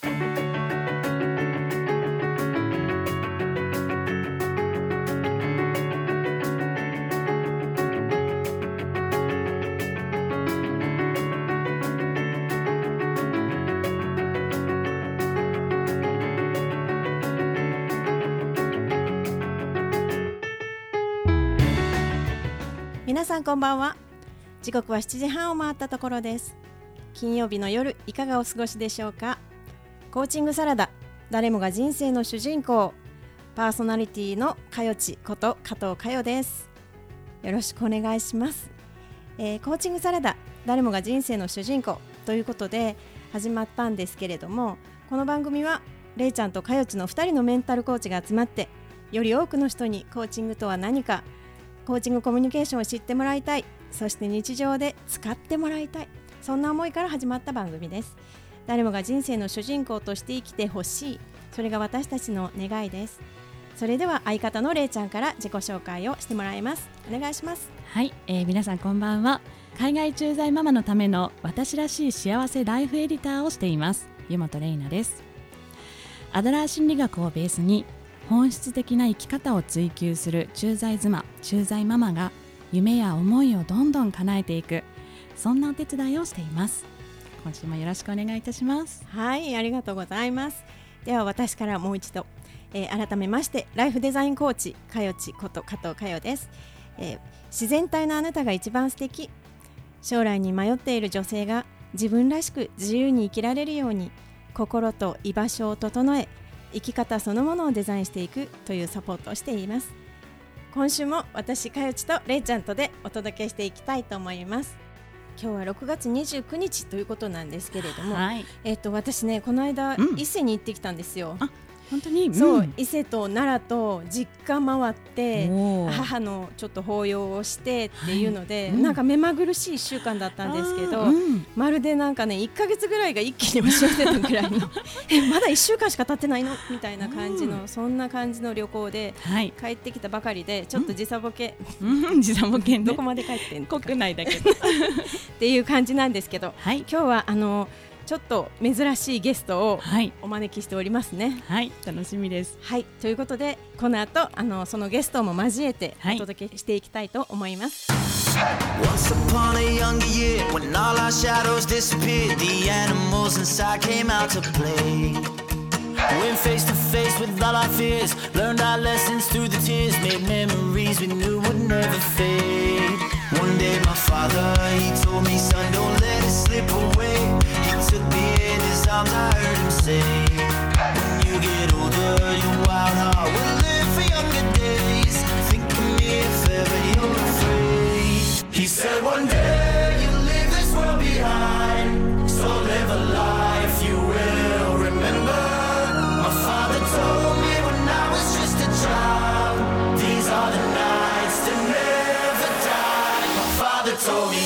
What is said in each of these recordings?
皆さんこんばんは。時刻は7時半を回ったところです。金曜日の夜いかがお過ごしでしょうか。コーチングサラダ、誰もが人生の主人公、パーソナリティのかよちこと加藤かよです。よろしくお願いします。コーチングサラダ、誰もが人生の主人公ということで始まったんですけれども、この番組はれいちゃんとかよちの2人のメンタルコーチが集まって、より多くの人にコーチングとは何か、コーチングコミュニケーションを知ってもらいたい、そして日常で使ってもらいたい、そんな思いから始まった番組です。誰もが人生の主人公として生きてほしい、それが私たちの願いです。それでは相方のれいちゃんから自己紹介をしてもらいます。お願いします。 はい、皆さんこんばんは。海外駐在ママのための私らしい幸せライフエディターをしています湯本玲奈です。アドラー心理学をベースに本質的な生き方を追求する駐在妻、駐在ママが夢や思いをどんどん叶えていく、そんなお手伝いをしています。今週もよろしくお願いいたします。 はい、ありがとうございます。では私からもう一度、改めましてライフデザインコーチかよちこと加藤かよです。自然体のあなたが一番素敵、将来に迷っている女性が自分らしく自由に生きられるように心と居場所を整え、生き方そのものをデザインしていくというサポートをしています。今週も私かよちとれいちゃんとでお届けしていきたいと思います。今日は6月29日ということなんですけれども、 はい、 私ねこの間、伊勢に行ってきたんですよ。 本当に、 そう、伊勢と奈良と実家回って母のちょっと法要をしてっていうので、なんか目まぐるしい1週間だったんですけど、まるでなんかね1ヶ月ぐらいが一気に押し寄せたぐらいのまだ1週間しか経ってないのみたいな感じの、そんな感じの旅行で、帰ってきたばかりでちょっと時差ボケ、 時差ボケね、 どこまで帰ってんの国内だけどっていう感じなんですけど、今日はちょっと珍しいゲストをお招きしておりますね。 はい、楽しみです。 はい、ということでこの後そのゲストも交えてお届けしていきたいと思います。 Once upon a younger year, when all our shadows disappeared, the animals inside came out to play. Went face to face with all our fears, learned our lessons through the tears, made memories we knew would never fade. One day my father, he told me, son, don't let it slip away. He took me in his arms, I heard him say, when you get older, your wild heart will live for younger days. Think of me if ever you're afraid. He said one day you'll leave this world behind, so live a life you will remember. My father told me when I was just a child, these are the nights that never die. My father told me.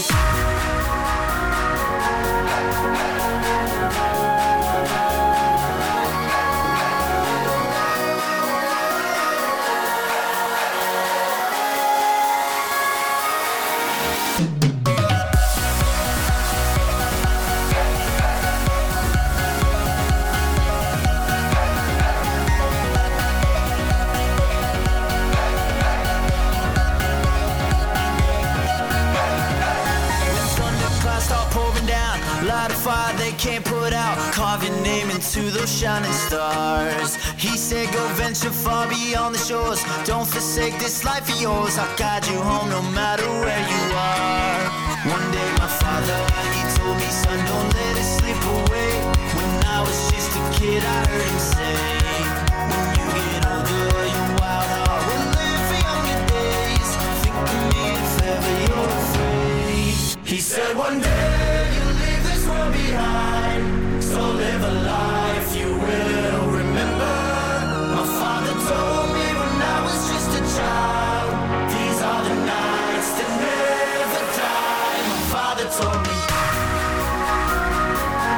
Light a fire they can't put out, carve your name into those shining stars. He said go venture far beyond the shores, don't forsake this life of yours. I'll guide you home no matter where you are. One day my father, he told me, son, don't let it slip away. When I was just a kid I heard him say, when you get older your wild heart will live for younger days. Think of me if ever you're afraid. He said one day behind, so live a life you will remember. My father told me when I was just a child, these are the nights that never die. My father told me.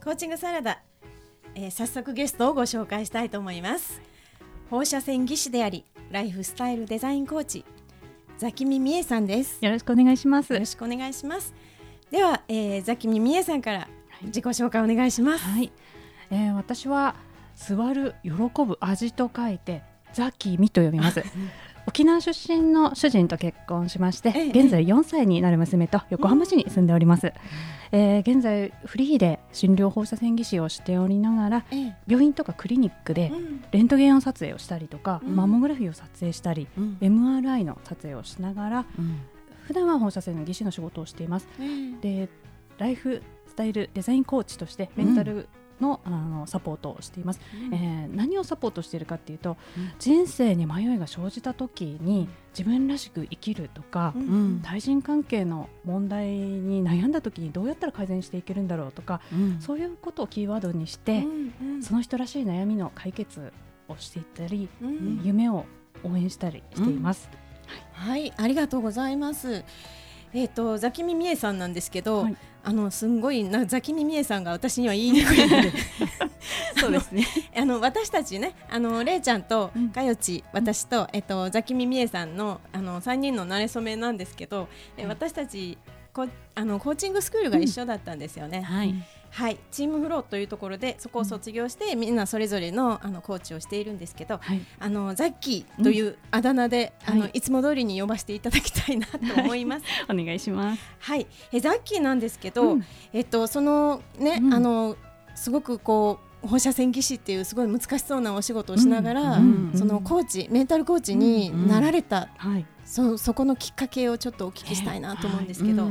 コーチングサラダ、早速ゲストをご紹介したいと思います。放射線技師でありライフスタイルデザインコーチザキミミエさんです。 よろしくお願いします。 よろしくお願いします。では、ザキミミエさんから自己紹介お願いします。 はい、私は座る喜ぶ味と書いてザキミと呼びます沖縄出身の主人と結婚しまして、現在4歳になる娘と横浜市に住んでおります。現在フリーで診療放射線技師をしておりながら、病院とかクリニックでレントゲンを撮影をしたりとか、マンモグラフィーを撮影したり、MRI の撮影をしながら、普段は放射線の技師の仕事をしています。でライフスタイルデザインコーチとしてメンタルの、サポートをしています。何をサポートしているかっていうと、人生に迷いが生じた時に自分らしく生きるとか、対人関係の問題に悩んだ時にどうやったら改善していけるんだろうとか、そういうことをキーワードにして、その人らしい悩みの解決をしていったり、夢を応援したりしています。 はい、ありがとうございます。ザキミミエさんなんですけど、すんごいザキミミエさんが私には言いにくいのでそうですね私たちね、レイちゃんとかよち、私と、ザキミミエさんの、3人の馴れ初めなんですけど、私たちコーチングスクールが一緒だったんですよね。はい、チームフローというところでそこを卒業して、みんなそれぞれの、コーチをしているんですけど、ザッキーというあだ名で、いつも通りに呼ばせていただきたいなと思います。 お願いします。 はい、ザッキーなんですけど、そのね、すごくこう放射線技師っていうすごい難しそうなお仕事をしながら、そのコーチ、メンタルコーチになられた、そこのきっかけをちょっとお聞きしたいなと思うんですけど。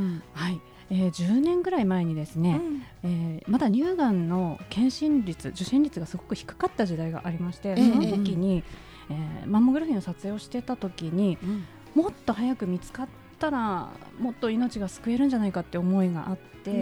10年ぐらい前にですね、まだ乳がんの受診率がすごく低かった時代がありまして、その時に、マンモグラフィーの撮影をしてた時に、もっと早く見つかったらもっと命が救えるんじゃないかって思いがあって、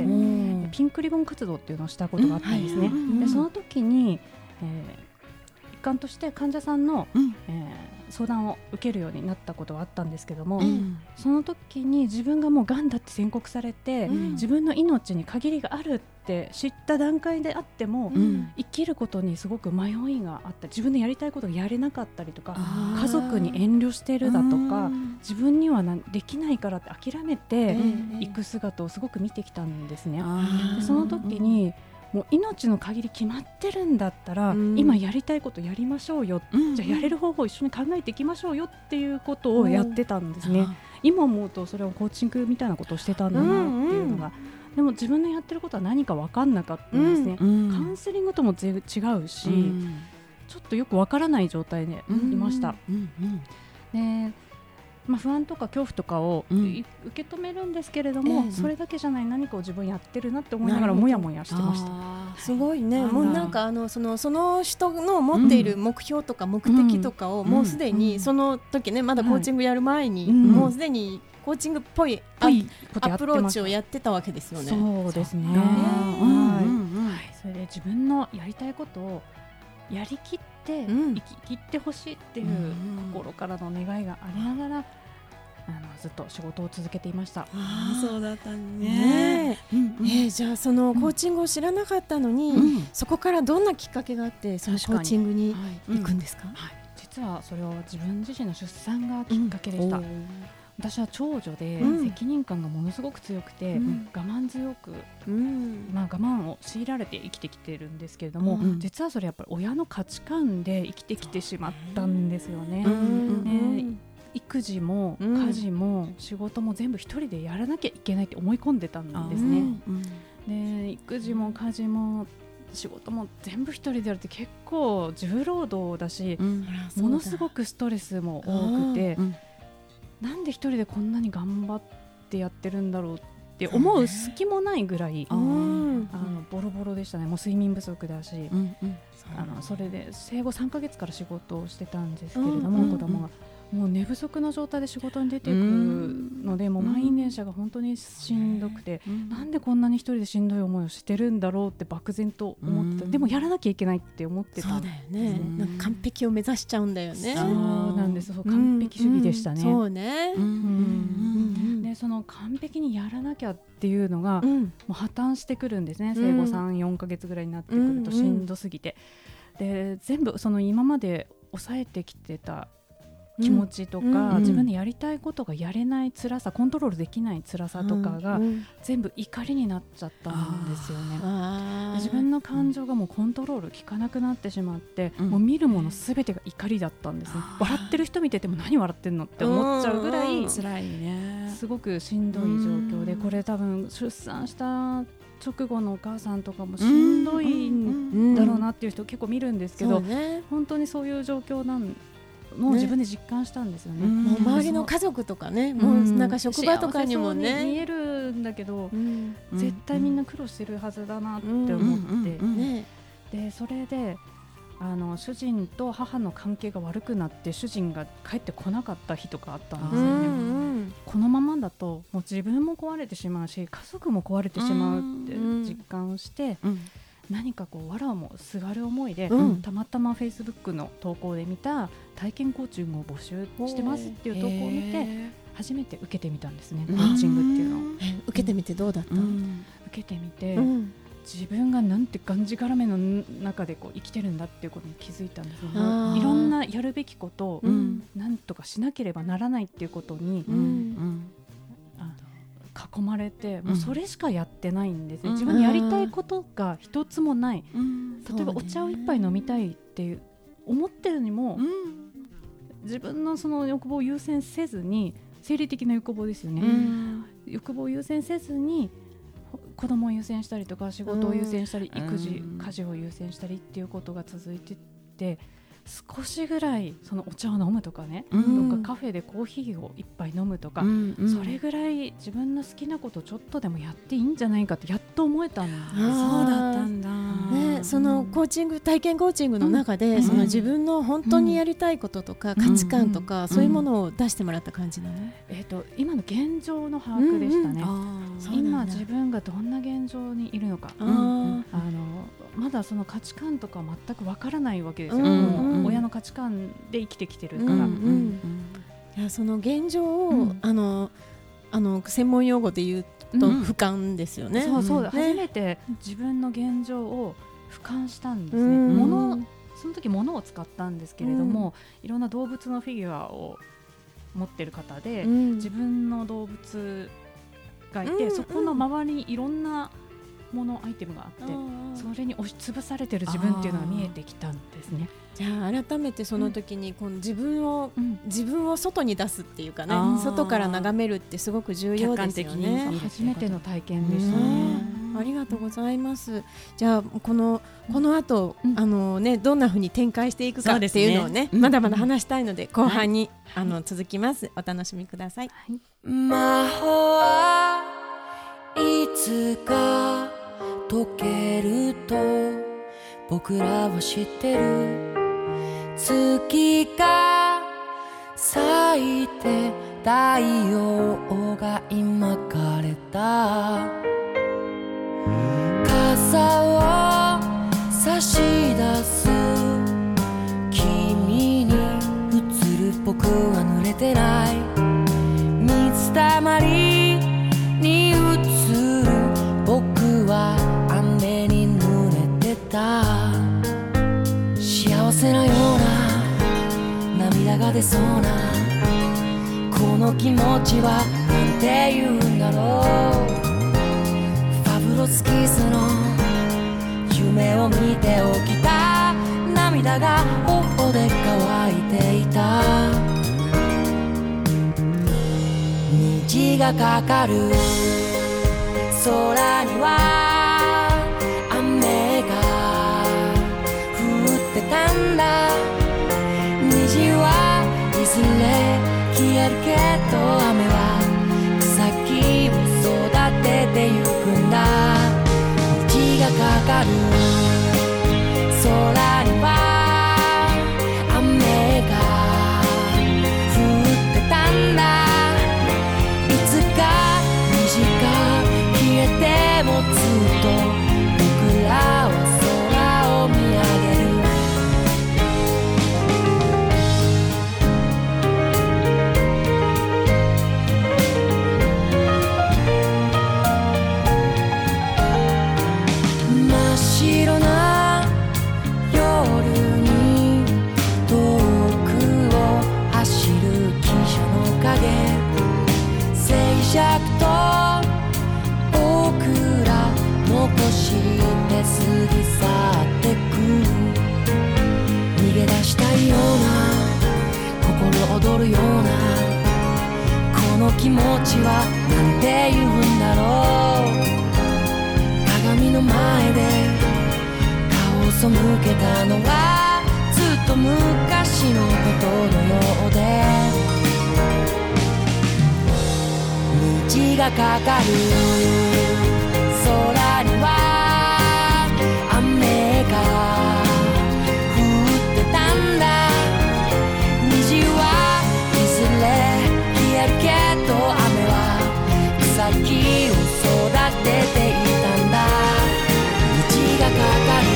ピンクリボン活動っていうのをしたことがあったんですね。でその時に、一環として患者さんの、相談を受けるようになったことがあったんですけども、その時に自分がもうがんだって宣告されて、自分の命に限りがあるって知った段階であっても、生きることにすごく迷いがあった、自分でやりたいことがやれなかったりとか、家族に遠慮してるだとか、自分にはできないからって諦めていく姿をすごく見てきたんですね。でその時にもう命の限り決まってるんだったら、今やりたいことやりましょうよ、じゃあやれる方法を一緒に考えていきましょうよっていうことをやってたんですね。今思うとそれはコーチングみたいなことをしてたんだなっていうのが、でも自分のやってることは何か分かんなかったんですね。カウンセリングとも違うし、ちょっとよく分からない状態でいました。で不安とか恐怖とかを、受け止めるんですけれども、それだけじゃない何かを自分やってるなって思いながらもやもやしてました。 すごいね。もうなんかその人の持っている目標とか目的とかを、もうすでにその時ね、まだコーチングやる前に、もうすでにコーチングっぽいアプローチをやってたわけですよね。 そうですね。それで自分のやりたいことをやりきって生き切ってほしいっていう心からの願いがありながら、ずっと仕事を続けていました。 そうだったね。じゃあそのコーチングを知らなかったのに、そこからどんなきっかけがあってそのコーチングに行くんですか？ 実はそれは自分自身の出産がきっかけでした。私は長女で責任感がものすごく強くて、我慢強く、我慢を強いられて生きてきてるんですけれども、実はそれやっぱり親の価値観で生きてきてしまったんですよね。育児も家事も仕事も全部一人でやらなきゃいけないって思い込んでたんですね。で育児も家事も仕事も全部一人でやるって結構重労働だし、ものすごくストレスも多くて、なんで一人でこんなに頑張ってやってるんだろうって思う隙もないぐらい、ボロボロでしたね。もう睡眠不足だし、それで生後3ヶ月から仕事をしてたんですけれども、子供がもう寝不足の状態で仕事に出ていくので、もう満員電車が本当にしんどくて、なんでこんなに一人でしんどい思いをしてるんだろうって漠然と思ってた。でもやらなきゃいけないって思ってたんですね。 そうだよね。なんか完璧を目指しちゃうんだよね。 そうなんです。完璧主義でしたね。 そうね。 でその完璧にやらなきゃっていうのが、 うんもう破綻してくるんですね、生後 3,4 ヶ月ぐらいになってくるとしんどすぎて、で全部その今まで抑えてきてた気持ちとか、 うん自分でやりたいことがやれない辛さ、コントロールできない辛さとかが全部怒りになっちゃったんですよね。 あー自分の感情がもうコントロール効かなくなってしまって、 うんもう見るものすべてが怒りだったんですね。笑ってる人見てても何笑ってんのって思っちゃうぐらい辛いね。 すごくしんどい状況で、これ多分出産した直後のお母さんとかもしんどいんだろうなっていう人結構見るんですけど、 そうね、 本当にそういう状況なんのを自分で実感したんですよね。 もう周りの家族とかね、もうなんか職場とかにも幸せそうに見ね、 えるんだけど、 うん絶対みんな苦労してるはずだなって思って、 ねでそれで主人と母の関係が悪くなって主人が帰ってこなかった日とかあったんですよね。このままだともう自分も壊れてしまうし家族も壊れてしまうって実感して、何かこう藁もすがる思いで、たまたま Facebook の投稿で見た体験コーチングを募集してますっていう投稿を見て初めて受けてみたんですね、コーチングっていうのを。 受けてみてどうだった？ 受けてみて、自分がなんてがんじがらめの中でこう生きてるんだっていうことに気づいたんですね。いろんなやるべきことをなんとかしなければならないっていうことに囲まれて、もうそれしかやってないんですね。自分にやりたいことが一つもない。例えばお茶を一杯飲みたいっていう思ってるにも、自分のその欲望を優先せずに、生理的な欲望ですよね、欲望を優先せずに子供を優先したりとか仕事を優先したり、育児家事を優先したりっていうことが続いてって、少しぐらいそのお茶を飲むとかね、どっかカフェでコーヒーを一杯飲むとか、それぐらい自分の好きなことをちょっとでもやっていいんじゃないかってやっと思えたんです。 そうだったんだ、 ね、そのコーチング、体験コーチングの中で、その自分の本当にやりたいこととか、価値観とか、そういうものを出してもらった感じなの？ 今の現状の把握でしたね。 そうなんだ。 今自分がどんな現状にいるのか、まだその価値観とか全くわからないわけですよ、親の価値観で生きてきてるから、 いや、その現状を、専門用語で言うと俯瞰ですよね。 そう初めて自分の現状を俯瞰したんですね。その時物を使ったんですけれども、いろんな動物のフィギュアを持ってる方で、自分の動物がいて、そこの周りにいろんなものアイテムがあって、それに押しつぶされてる自分っていうのが見えてきたんですね。 じゃあ改めてその時にこの自分を外に出すっていうかね、外から眺めるってすごく重要ですよね。 初めての体験でしたね。 ありがとうございます。じゃあこの後、どんな風に展開していくかっていうのをね、まだまだ話したいので、後半に、続きます。お楽しみください。 魔法はいつか解けると僕らは知ってる。月が咲いて太陽が今枯れた。傘を差し出す君に映る僕は濡れてない。水たまりに映る僕は雨に濡れてた。幸せなような涙が出そうなこの気持ちはなんて言うんだろう。ファブロスキスの夢を見て起きた涙が頬で乾いていた。虹がかかる空には雨が降ってたんだ。虹はいずれ消えるけど雨は草木を育ててゆくんだ。虹がかかる空には雨が降ってたんだ。いつか虹が消えてもずっと僕らは空を見上げる。 そ向けたのはずっと昔のことのようで、虹がかかる空には雨が降ってたんだ。虹はいずれ消えるけど雨は草木を育てていたんだ。虹がかかる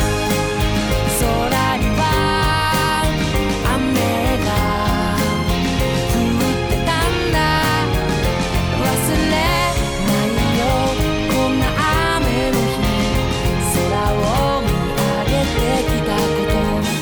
空には雨が降ってたんだ。忘れないよこんな雨の日、空を見上げてきたこと。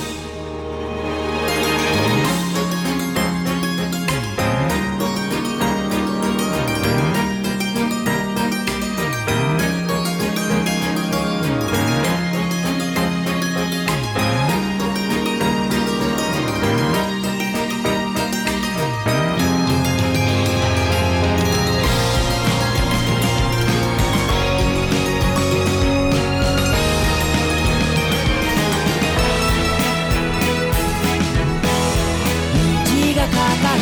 虹がかかる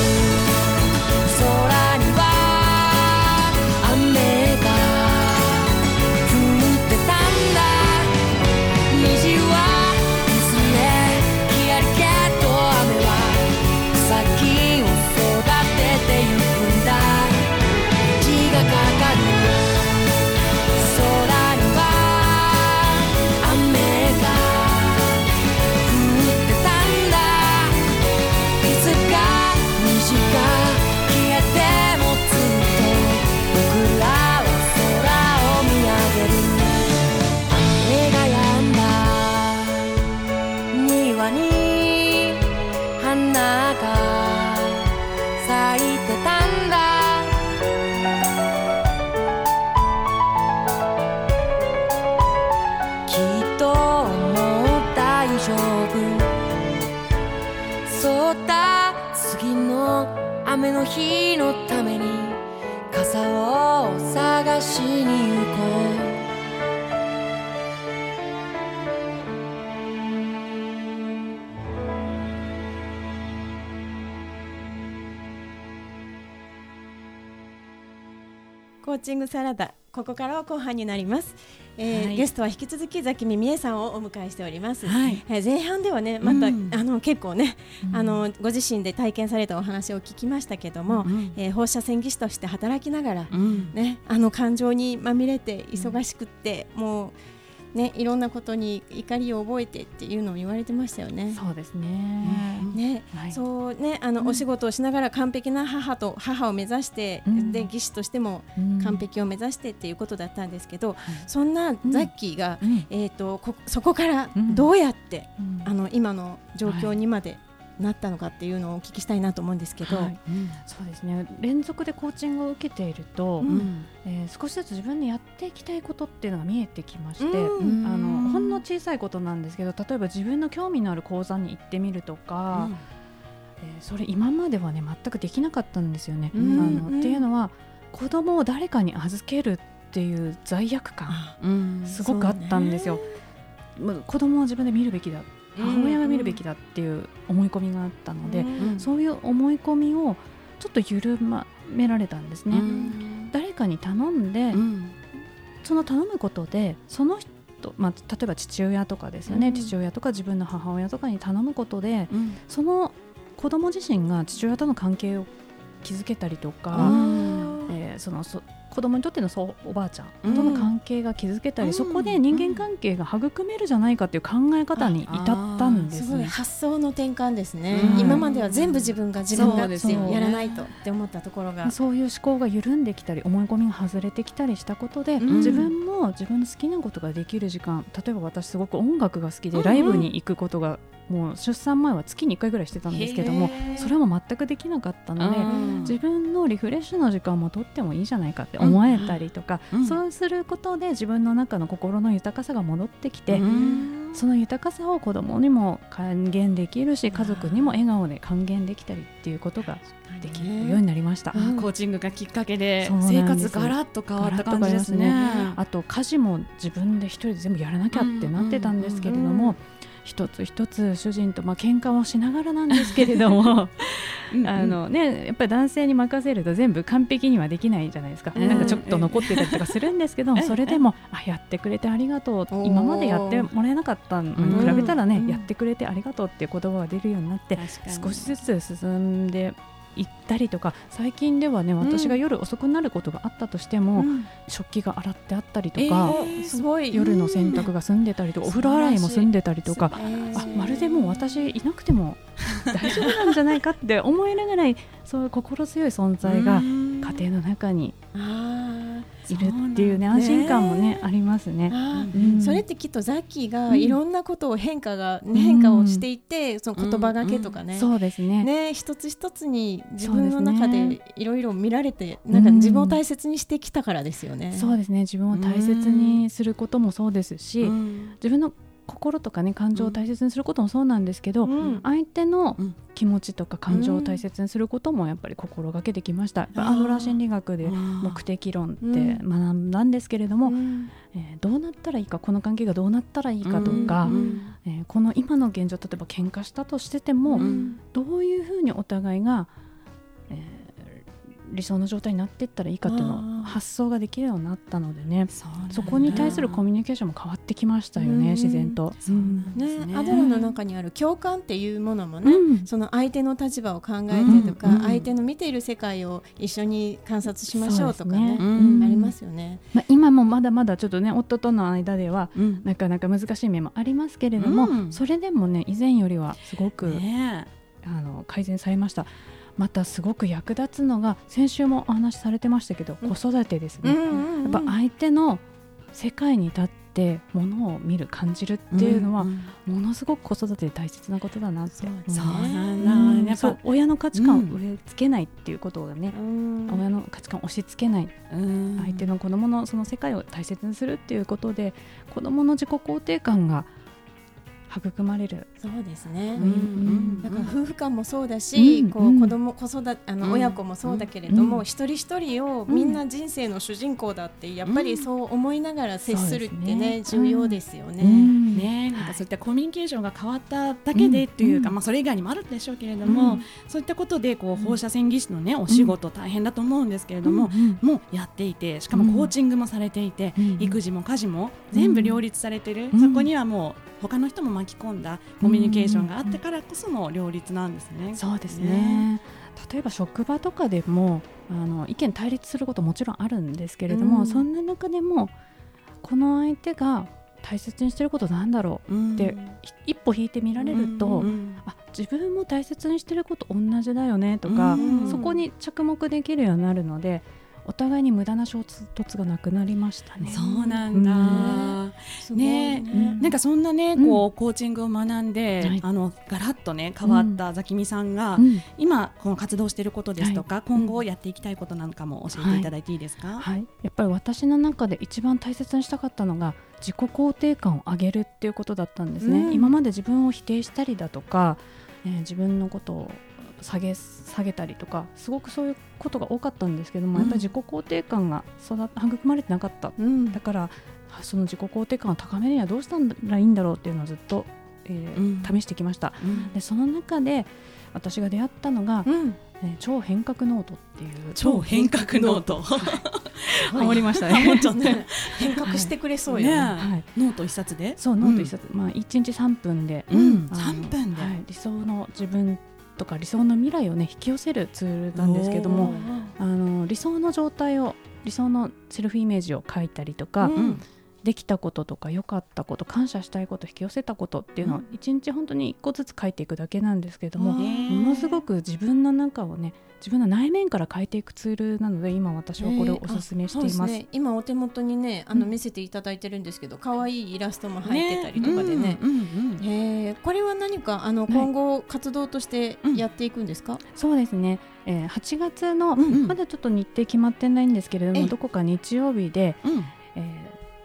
空には雨が降ってたんだ。虹はいずれ消えるけど雨は草木を育ててゆくんだ。虹がかかる空には雨が降ってたんだ。いつか虹が消えてもずっと僕らは空を見上げる。雨が止んだ庭に花が咲いてたんだ。きっともう大丈夫、そうだ次の雨の日のために傘を探しに行こう。 コーチングサラダ、ここからは後半になります。 はい、 ゲストは引き続きザキミミエさんをお迎えしております。 はい、 前半ではねまた、結構ね、ご自身で体験されたお話を聞きましたけども、放射線技師として働きながら、ね、感情にまみれて忙しくって、もうね、いろんなことに怒りを覚えてっていうのを言われてましたよね。 そうですね。 ね、 はい、 そうね、お仕事をしながら完璧な母を目指して、で技師としても完璧を目指してっていうことだったんですけど、そんなザッキーが、そこからどうやって、今の状況にまでなったのかっていうのをお聞きしたいなと思うんですけど、 そうですね、連続でコーチングを受けていると、少しずつ自分でやっていきたいことっていうのが見えてきまして、ほんの小さいことなんですけど、例えば自分の興味のある講座に行ってみるとか、それ今まではね全くできなかったんですよね。っていうのは子供を誰かに預けるっていう罪悪感、すごくあったんですよ。子供を自分で見るべきだ、母親が見るべきだっていう思い込みがあったので、そういう思い込みをちょっと緩められたんですね。誰かに頼んで、その頼むことでその人、例えば父親とかですよね、父親とか自分の母親とかに頼むことで、その子供自身が父親との関係を築けたりとか、子供にとってのおばあちゃんとの関係が築けたり、そこで人間関係が育めるじゃないかという考え方に至ったんです。 すごい発想の転換ですね。今までは全部自分がってやらないとって思ったところが、 そういう思考が緩んできたり思い込みが外れてきたりしたことで、自分も自分の好きなことができる時間、例えば私すごく音楽が好きで、ライブに行くことがもう出産前は月に1回ぐらいしてたんですけども、それも全くできなかったので、自分のリフレッシュの時間も取ってもいいじゃないかって思えたりとか、そうすることで自分の中の心の豊かさが戻ってきて、 その豊かさを子どもにも還元できるし、家族にも笑顔で還元できたりっていうことができるようになりました。 コーチングがきっかけでそうなんです生活ガラッと変わった感じですね。 あと家事も自分で一人で全部やらなきゃってなってたんですけれども、一つ一つ主人と喧嘩をしながらなんですけれどもやっぱり男性に任せると全部完璧にはできないじゃないですか、なんかちょっと残ってたりとかするんですけど、それでもやってくれてありがとう、今までやってもらえなかったのに比べたらね、やってくれてありがとうっていう言葉が出るようになって、少しずつ進んで行ったりとか、最近ではね、私が夜遅くなることがあったとしても、食器が洗ってあったりとか、 すごい夜の洗濯が済んでたりとか、お風呂洗いも済んでたりとか、まるでもう私いなくても大丈夫なんじゃないかって思えるぐらい、そういう心強い存在が家庭の中にいるっていうね、安心感もねありますね。 それってきっとザッキーがいろんなことを変化をしていて、その言葉がけとかね、 そうですね、 一つ一つに自分の中でいろいろ見られて、なんか自分を大切にしてきたからですよね。 そうですね、自分を大切にすることもそうですし、自分の心とかね、感情を大切にすることもそうなんですけど、相手の気持ちとか感情を大切にすることもやっぱり心がけてきました。アドラー心理学で目的論って学んだんですけれども、どうなったらいいか、この関係がどうなったらいいかとか、この今の現状、例えば喧嘩したとしてても、どういうふうにお互いが、理想の状態になっていったらいいかっていうのを発想ができるようになったのでね、そこに対するコミュニケーションも変わってきましたよね、自然と。 アドラーの中にある共感っていうものもね、その相手の立場を考えてとか、相手の見ている世界を一緒に観察しましょうとかね、ありますよね。 今もまだまだちょっとね、夫との間ではなかなか難しい面もありますけれども、それでもね、以前よりはすごく改善されました。またすごく役立つのが、先週もお話しされてましたけど、子育てですね。やっぱ相手の世界に立ってものを見る、感じるっていうのは、ものすごく子育てで大切なことだなって。やっぱ親の価値観を植え付けないっていうことがね、親の価値観を押し付けない、相手の子供のその世界を大切にするっていうことで、子供の自己肯定感が育まれる。 そうですね、だから夫婦間もそうだし、子供、子育て、親子もそうだけれども、一人一人をみんな人生の主人公だって、やっぱりそう思いながら接するってね、重要ですよね。 なんかそういったコミュニケーションが変わっただけでっていうか、それ以外にもあるでしょうけれども、そういったことで放射線技師のね、お仕事大変だと思うんですけれども、もうやっていて、しかもコーチングもされていて、育児も家事も全部両立されてる、そこにはもう他の人も巻き込んだコミュニケーションがあってからこその両立なんですね。 そうですね。例えば職場とかでも意見対立することもちろんあるんですけれども、そんな中でもこの相手が大切にしてることなんだろうって一歩引いてみられると、自分も大切にしてること同じだよねとか、そこに着目できるようになるので、お互いに無駄な衝突がなくなりましたね。 そうなんだ、なんかそんなね、コーチングを学んで、ガラッとね変わったザキミさんが、今この活動していることですとか、今後やっていきたいことなんかも教えていただいていいですか？ やっぱり私の中で一番大切にしたかったのが、自己肯定感を上げるっていうことだったんですね。今まで自分を否定したりだとか、自分のことを下げたりとか、すごくそういうことが多かったんですけども、やっぱり自己肯定感が育まれてなかった、だからその自己肯定感を高めるにはどうしたらいいんだろうっていうのをずっと、試してきました、でその中で私が出会ったのが、超変革ノートっていう。 超変革ノートハマりましたね。 変革してくれそうよね。 ノート一冊で、 そう、ノート一冊、1日3分で、 3分で、 理想の自分とか理想の未来をね引き寄せるツールなんですけども、理想の状態を、理想のセルフイメージを書いたりとか、できたこととか良かったこと、感謝したいこと、引き寄せたことっていうのを1日本当に1個ずつ書いていくだけなんですけども、ものすごく自分の中をね、自分の内面から変えていくツールなので、今私はこれをおすすめしています。 今お手元にね見せていただいてるんですけど、可愛いイラストも入ってたりとかでね、これは何か今後活動としてやっていくんですか？ そうですね、8月の、まだちょっと日程決まってないんですけれども、どこか日曜日で、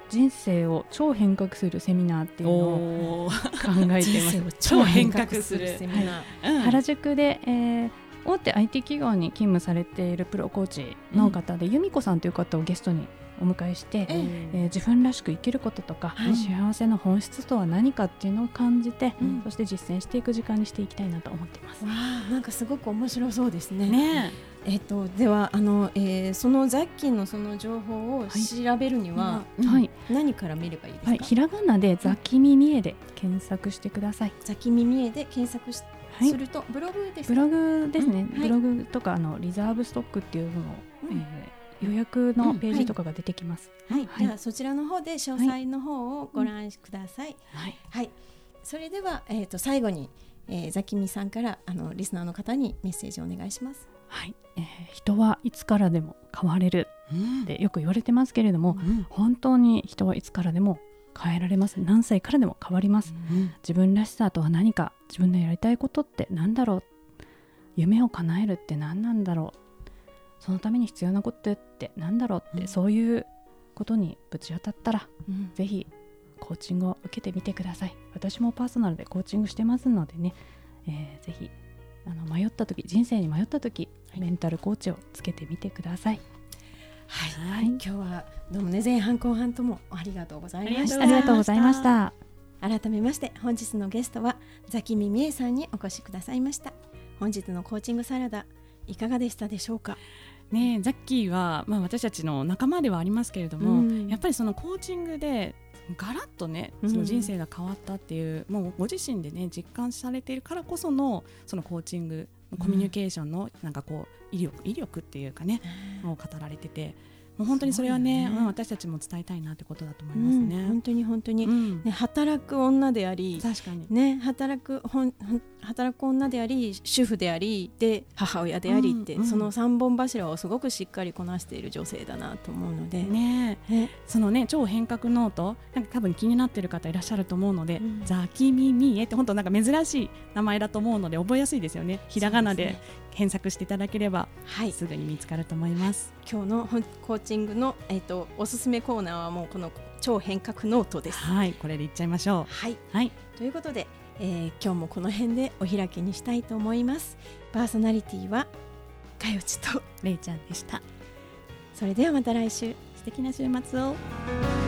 人生を超変革するセミナーっていうのを考えてます。 人生を超変革するセミナー、 原宿で、大手 IT 企業に勤務されているプロコーチの方で、由美子さんという方をゲストにお迎えして、自分らしく生きることとか、幸せの本質とは何かっていうのを感じて、そして実践していく時間にしていきたいなと思っています。 なんかすごく面白そうですね。 ねではそのザッキーのその情報を調べるには、何から見ればいいですか？ ひらがなでザキミミエで検索してください。 ザキミミエで検索するとブログですか？ ブログですね。ブログとかリザーブストックっていうのを、予約のページとかが出てきます。 じゃあそちらの方で詳細の方をご覧ください。それでは、最後に、ザキミさんからリスナーの方にメッセージをお願いします。 人はいつからでも変われるってよく言われてますけれども、本当に人はいつからでも変えられます。何歳からでも変わります。自分らしさとは何か、自分のやりたいことって何だろう、夢を叶えるって何なんだろう、そのために必要なことって何だろうって、そういうことにぶち当たったら、ぜひコーチングを受けてみてください。私もパーソナルでコーチングしてますのでね、ぜひ迷った時、人生に迷った時、メンタルコーチをつけてみてください。 今日はどうもね、前半後半ともありがとうございました。 ありがとうございました。 改めまして本日のゲストはザキミミエさんにお越しくださいました。本日のコーチングサラダいかがでしたでしょうか？ ね、ザッキーは、私たちの仲間ではありますけれども、やっぱりそのコーチングでガラッとね、その人生が変わったっていう、もうご自身でね実感されているからこそのそのコーチング、コミュニケーションのなんかこう威力っていうかね、を語られてて、もう本当にそれはね、私たちも伝えたいなってことだと思いますね。 本当に本当に、ね、働く女であり、 確かにね、働く女であり、主婦でありで母親でありって、その3本柱をすごくしっかりこなしている女性だなと思うので、 そのね超変革ノート、なんか多分気になっている方いらっしゃると思うので、ザキミミエって本当なんか珍しい名前だと思うので覚えやすいですよね。ひらがなで検索していただければ、すぐに見つかると思います。 今日のコーチングの、おすすめコーナーはもうこの超変革ノートです。 これでいっちゃいましょう。 ということで、今日もこの辺でお開きにしたいと思います。パーソナリティはかよちとれいちゃんでした。 それではまた来週、 素敵な週末を。